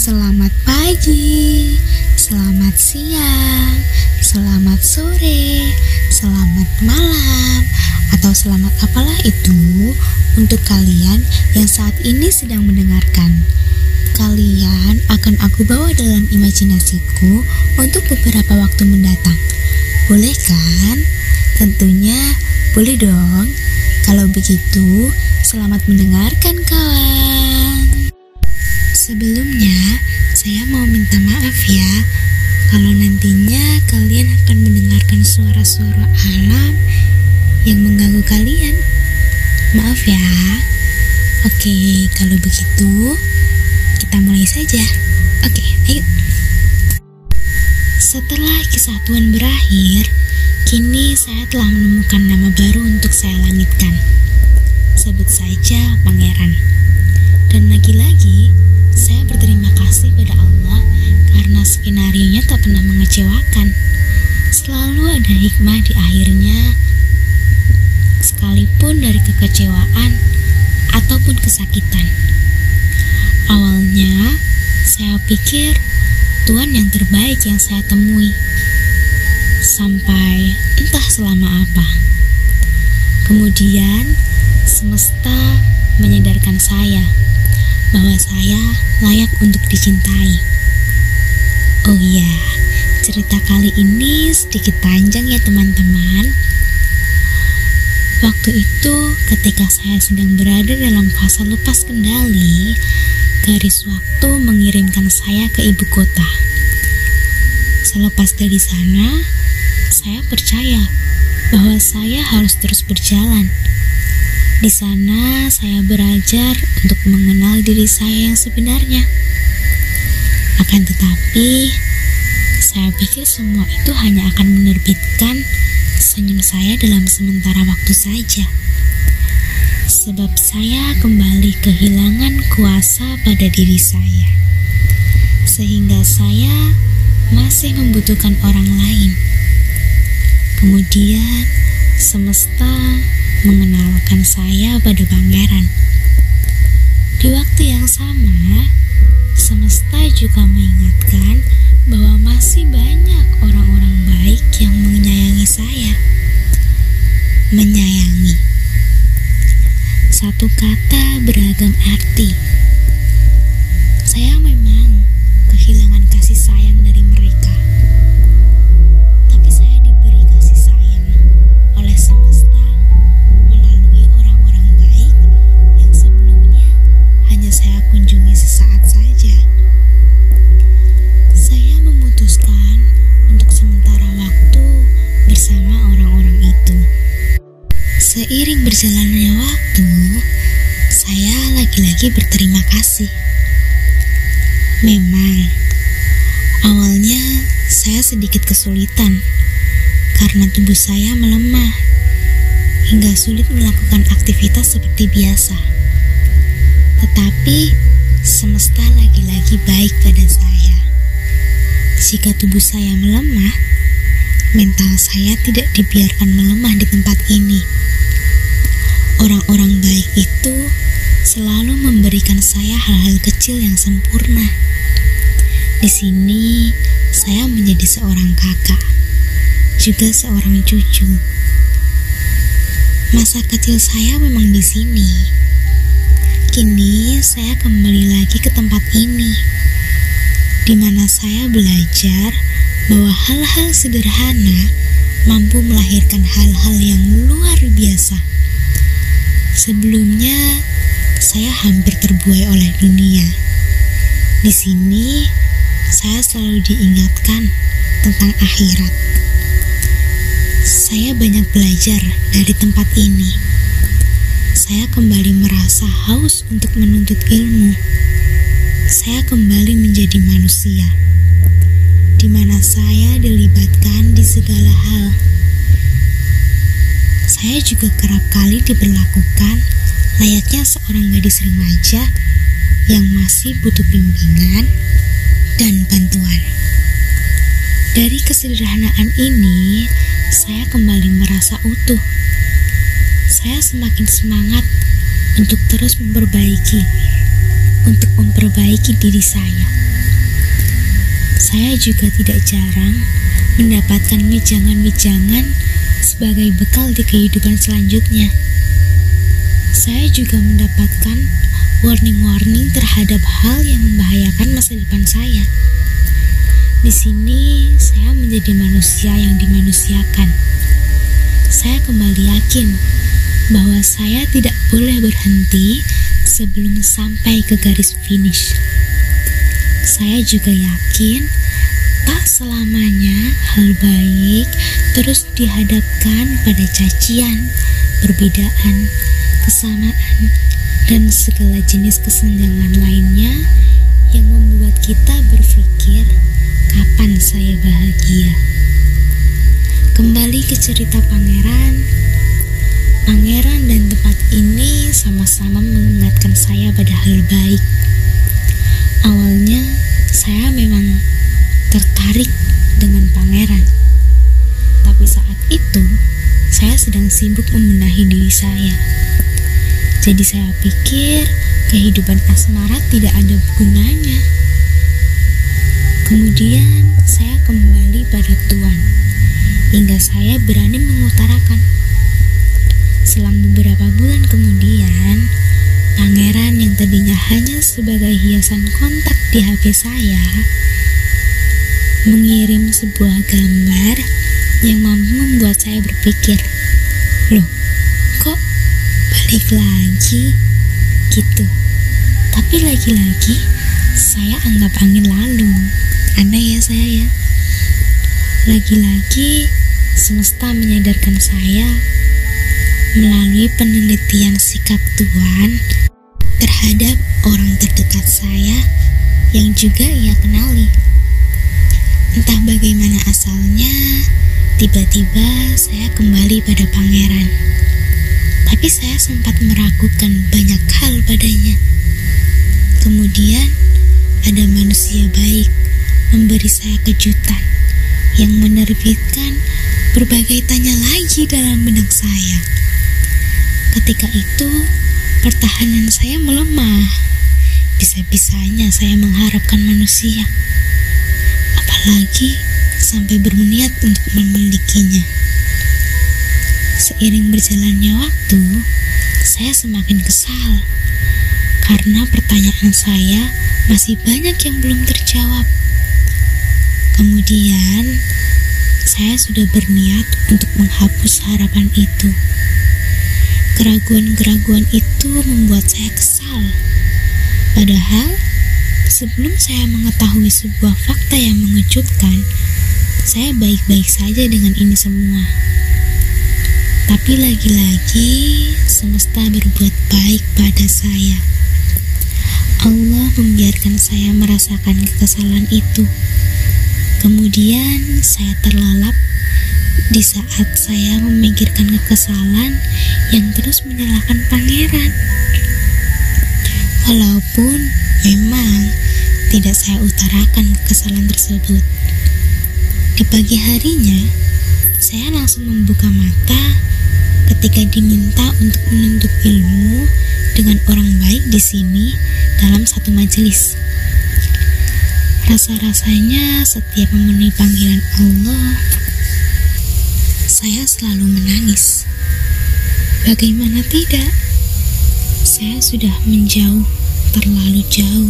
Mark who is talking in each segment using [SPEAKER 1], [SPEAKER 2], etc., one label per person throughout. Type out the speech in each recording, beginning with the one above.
[SPEAKER 1] Selamat pagi, selamat siang, selamat sore, selamat malam, atau selamat apalah itu untuk kalian yang saat ini sedang mendengarkan. Kalian akan aku bawa dalam imajinasiku untuk beberapa waktu mendatang. Boleh kan? Tentunya boleh dong. Kalau begitu, selamat mendengarkan kawan. Sebelumnya, saya mau minta maaf ya kalau nantinya kalian akan mendengarkan suara-suara alam yang mengganggu kalian. Maaf ya. Oke, kalau begitu kita mulai saja. Oke, ayo. Setelah kesatuan berakhir, kini saya telah menemukan nama baru untuk saya langitkan. Sebut saja Pangeran. Dan lagi-lagi, saya berterima kasih pada Allah karena skenario-nya tak pernah mengecewakan. Selalu ada hikmah di akhirnya, sekalipun dari kekecewaan ataupun kesakitan. Awalnya, saya pikir Tuhan yang terbaik yang saya temui. Sampai entah selama apa. Kemudian, semesta menyadarkan saya bahwa saya layak untuk dicintai. Oh iya, cerita kali ini sedikit panjang ya teman-teman. Waktu itu ketika saya sedang berada dalam fase lepas kendali, garis waktu mengirimkan saya ke ibu kota. Selepas dari sana, saya percaya bahwa saya harus terus berjalan. Di sana saya belajar untuk mengenal diri saya yang sebenarnya. Akan tetapi, saya pikir semua itu hanya akan menerbitkan senyum saya dalam sementara waktu saja. Sebab saya kembali kehilangan kuasa pada diri saya. Sehingga saya masih membutuhkan orang lain. Kemudian, semesta mengenalkan saya pada Pangeran. Di waktu yang sama, semesta juga mengingatkan bahwa masih banyak orang-orang baik yang menyayangi saya. Menyayangi. Satu kata beragam arti. Saya memang kehilangan kasih sayang dari mereka. Tapi saya diberi kasih sayang oleh semesta melalui orang-orang baik yang sebelumnya hanya saya kunjungi sesaat saja. Saya memutuskan untuk sementara waktu bersama orang-orang itu. Seiring berjalannya waktu, saya lagi-lagi berterima kasih. Memang, awalnya saya sedikit kesulitan karena tubuh saya melemah hingga sulit melakukan aktivitas seperti biasa. Tetapi, semesta lagi-lagi baik pada saya. Jika tubuh saya melemah, mental saya tidak dibiarkan melemah di tempat ini. Orang-orang baik itu selalu memberikan saya hal-hal kecil yang sempurna. Di sini, saya menjadi seorang kakak, juga seorang cucu. Masa kecil saya memang di sini. Kini, saya kembali lagi ke tempat ini, di mana saya belajar bahwa hal-hal sederhana mampu melahirkan hal-hal yang luar biasa. Sebelumnya, saya hampir terbuai oleh dunia. Di sini, saya selalu diingatkan tentang akhirat. Saya banyak belajar dari tempat ini. Saya kembali merasa haus untuk menuntut ilmu. Saya kembali menjadi manusia, di mana saya dilibatkan di segala hal. Saya juga kerap kali diperlakukan layaknya seorang gadis remaja yang masih butuh bimbingan dan bantuan. Dari kesederhanaan ini, saya kembali merasa utuh. Saya semakin semangat untuk terus memperbaiki diri saya. Saya juga tidak jarang mendapatkan wejangan-wejangan sebagai bekal di kehidupan selanjutnya. Saya juga mendapatkan warning-warning terhadap hal yang membahayakan masa depan saya. Di sini saya menjadi manusia yang dimanusiakan. Saya kembali yakin bahwa saya tidak boleh berhenti sebelum sampai ke garis finish. Saya juga yakin tak selamanya hal baik terus dihadapkan pada cacian, perbedaan, kesamaan, dan segala jenis kesenjangan lainnya yang membuat kita berpikir, kapan saya bahagia? Kembali ke cerita pangeran. Pangeran dan tempat ini sama-sama mengingatkan saya pada hal baik. Awalnya saya memang tertarik dengan pangeran, tapi saat itu saya sedang sibuk membenahi diri saya. Jadi saya pikir kehidupan asmara tidak ada gunanya. Kemudian saya kembali pada Tuhan, hingga saya berani mengutarakan. Selang beberapa bulan kemudian, pangeran yang tadinya hanya sebagai hiasan kontak di HP saya mengirim sebuah gambar yang mampu membuat saya berpikir, loh, kok balik lagi? Gitu. Tapi lagi-lagi saya anggap angin lalu. Aneh ya saya ya. Lagi-lagi semesta menyadarkan saya melalui penelitian sikap Tuhan terhadap orang terdekat saya yang juga ia kenali. Entah bagaimana asalnya, tiba-tiba saya kembali pada pangeran. Tapi saya sempat meragukan banyak hal padanya. Kemudian ada manusia baik memberi saya kejutan yang menerbitkan berbagai tanya lagi dalam benak saya. Ketika itu pertahanan saya melemah. Bisa-bisanya saya mengharapkan manusia, apalagi sampai berniat untuk memilikinya. Seiring berjalannya waktu, saya semakin kesal karena pertanyaan saya masih banyak yang belum terjawab. Kemudian saya sudah berniat untuk menghapus harapan itu. Keraguan-keraguan itu membuat saya kesal. Padahal sebelum saya mengetahui sebuah fakta yang mengejutkan, saya baik-baik saja dengan ini semua. Tapi lagi-lagi semesta berbuat baik pada saya. Allah membiarkan saya merasakan kekesalan itu. Kemudian saya terlelap di saat saya memikirkan kekesalan yang terus menyalahkan pangeran. Walaupun memang tidak saya utarakan kesalahan tersebut. Di pagi harinya, saya langsung membuka mata ketika diminta untuk menuntut ilmu dengan orang baik di sini dalam satu majelis. Rasa-rasanya setiap memenuhi panggilan Allah, saya selalu menangis. Bagaimana tidak? Saya sudah menjauh, terlalu jauh.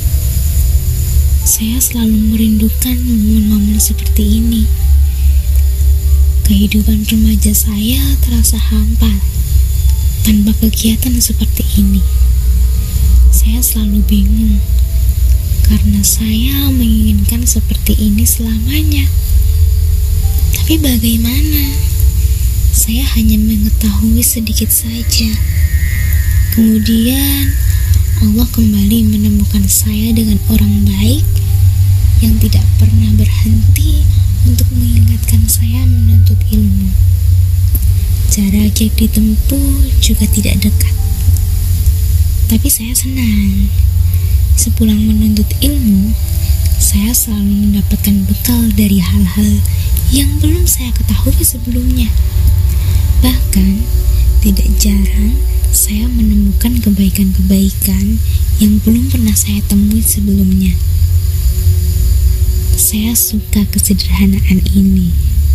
[SPEAKER 1] Saya selalu merindukan momen-momen seperti ini. Kehidupan remaja saya terasa hampa tanpa kegiatan seperti ini. Saya selalu bingung karena saya menginginkan seperti ini selamanya. Tapi bagaimana? Saya hanya mengetahui sedikit saja. Kemudian Allah kembali menemukan saya dengan orang baik yang tidak pernah berhenti untuk mengingatkan saya menuntut ilmu. Jarak yang ditempuh juga tidak dekat. Tapi saya senang. Sepulang menuntut ilmu, saya selalu mendapatkan bekal dari hal-hal yang belum saya ketahui sebelumnya. Bahkan, tidak jarang saya menemukan kebaikan-kebaikan yang belum pernah saya temui sebelumnya. Saya suka kesederhanaan ini.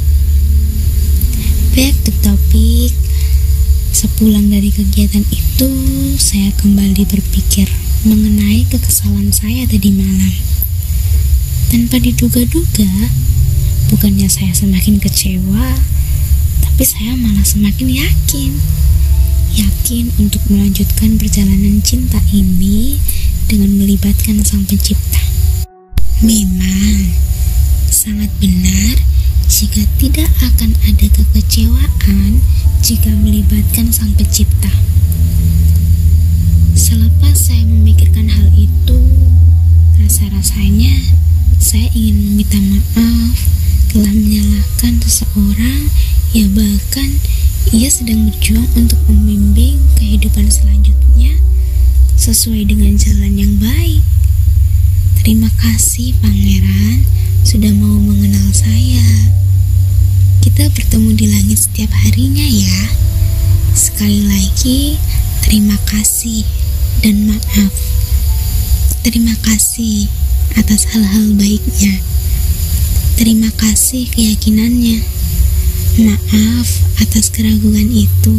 [SPEAKER 1] Back to topik. Sepulang dari kegiatan itu, saya kembali berpikir mengenai kekesalan saya tadi malam. Tanpa diduga-duga, bukannya saya semakin kecewa, tapi saya malah semakin yakin untuk melanjutkan perjalanan cinta ini dengan melibatkan Sang Pencipta. Memang sangat benar jika tidak akan ada kekecewaan jika melibatkan Sang Pencipta. Selepas saya memikirkan hal itu, rasa-rasanya saya ingin meminta maaf telah menyalahkan seseorang, ya bahkan ia sedang berjuang untuk membimbing kehidupan selanjutnya sesuai dengan jalan yang baik. Terima kasih Pangeran sudah mau mengenal saya. Kita bertemu di langit setiap harinya ya. Sekali lagi terima kasih dan maaf. Terima kasih atas hal-hal baiknya. Terima kasih keyakinannya. Maaf atas keraguan itu.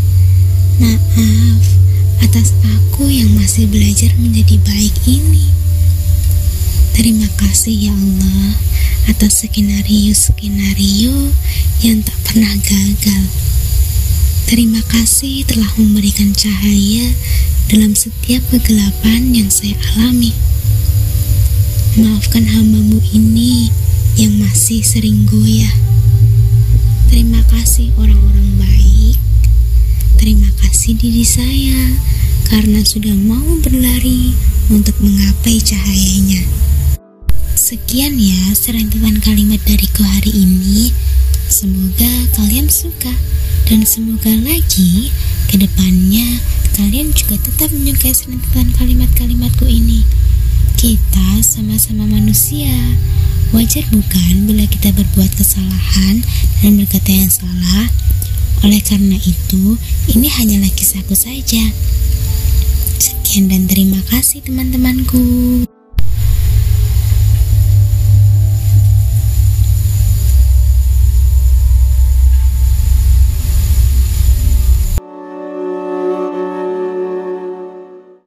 [SPEAKER 1] Maaf atas aku yang masih belajar menjadi baik ini. Terima kasih ya Allah atas skenario-skenario yang tak pernah gagal. Terima kasih telah memberikan cahaya dalam setiap kegelapan yang saya alami. Maafkan hamba-Mu ini yang masih sering goyah. Terima kasih orang-orang baik. Terima kasih diri saya karena sudah mau berlari untuk menggapai cahayanya. Sekian ya serentetan kalimat dariku hari ini. Semoga kalian suka dan semoga lagi ke depannya kalian juga tetap menyukai serentetan kalimat-kalimatku ini. Kita sama-sama manusia. Wajar bukan bila kita berbuat kesalahan dan berkata yang salah? Oleh karena itu, ini hanyalah kisahku saja. Sekian dan terima kasih teman-temanku.